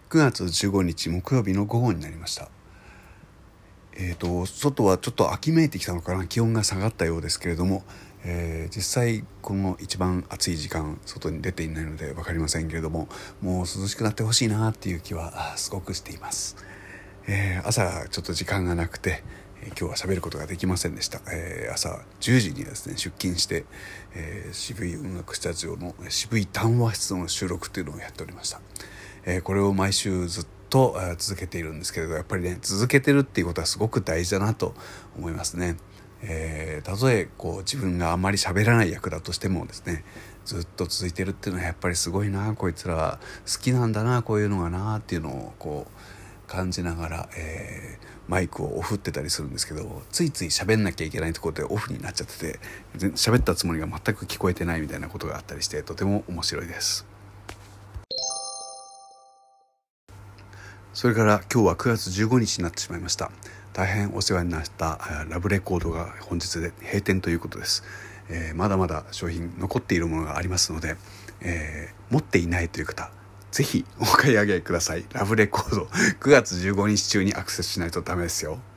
9月15日木曜日の午後になりました。外はちょっと秋めいてきたのかな、気温が下がったようですけれども、実際この一番暑い時間外に出ていないので分かりませんけれども、もう涼しくなってほしいなっていう気はすごくしています。朝ちょっと時間がなくて、今日は喋ることができませんでした。朝10時にですね出勤して、渋い音楽スタジオの渋い談話室の収録っていうのをやっておりました。これを毎週ずっと続けているんですけれど、やっぱりね続けてるっていうことはすごく大事だなと思いますね。たとえ自分があまり喋らない役だとしてもですね、ずっと続いてるっていうのはやっぱりすごいな、こいつらは好きなんだな、こういうのがなっていうのを感じながら、マイクをオフってたりするんですけど、ついつい喋んなきゃいけないところでオフになっちゃってて、喋ったつもりが全く聞こえてないみたいなことがあったりして、とても面白いです。それから今日は9月15日になってしまいました。大変お世話になったラブレコードが本日で閉店ということです。まだまだ商品残っているものがありますので、持っていないという方ぜひお買い上げください。ラブレコード9月15日中にアクセスしないとダメですよ。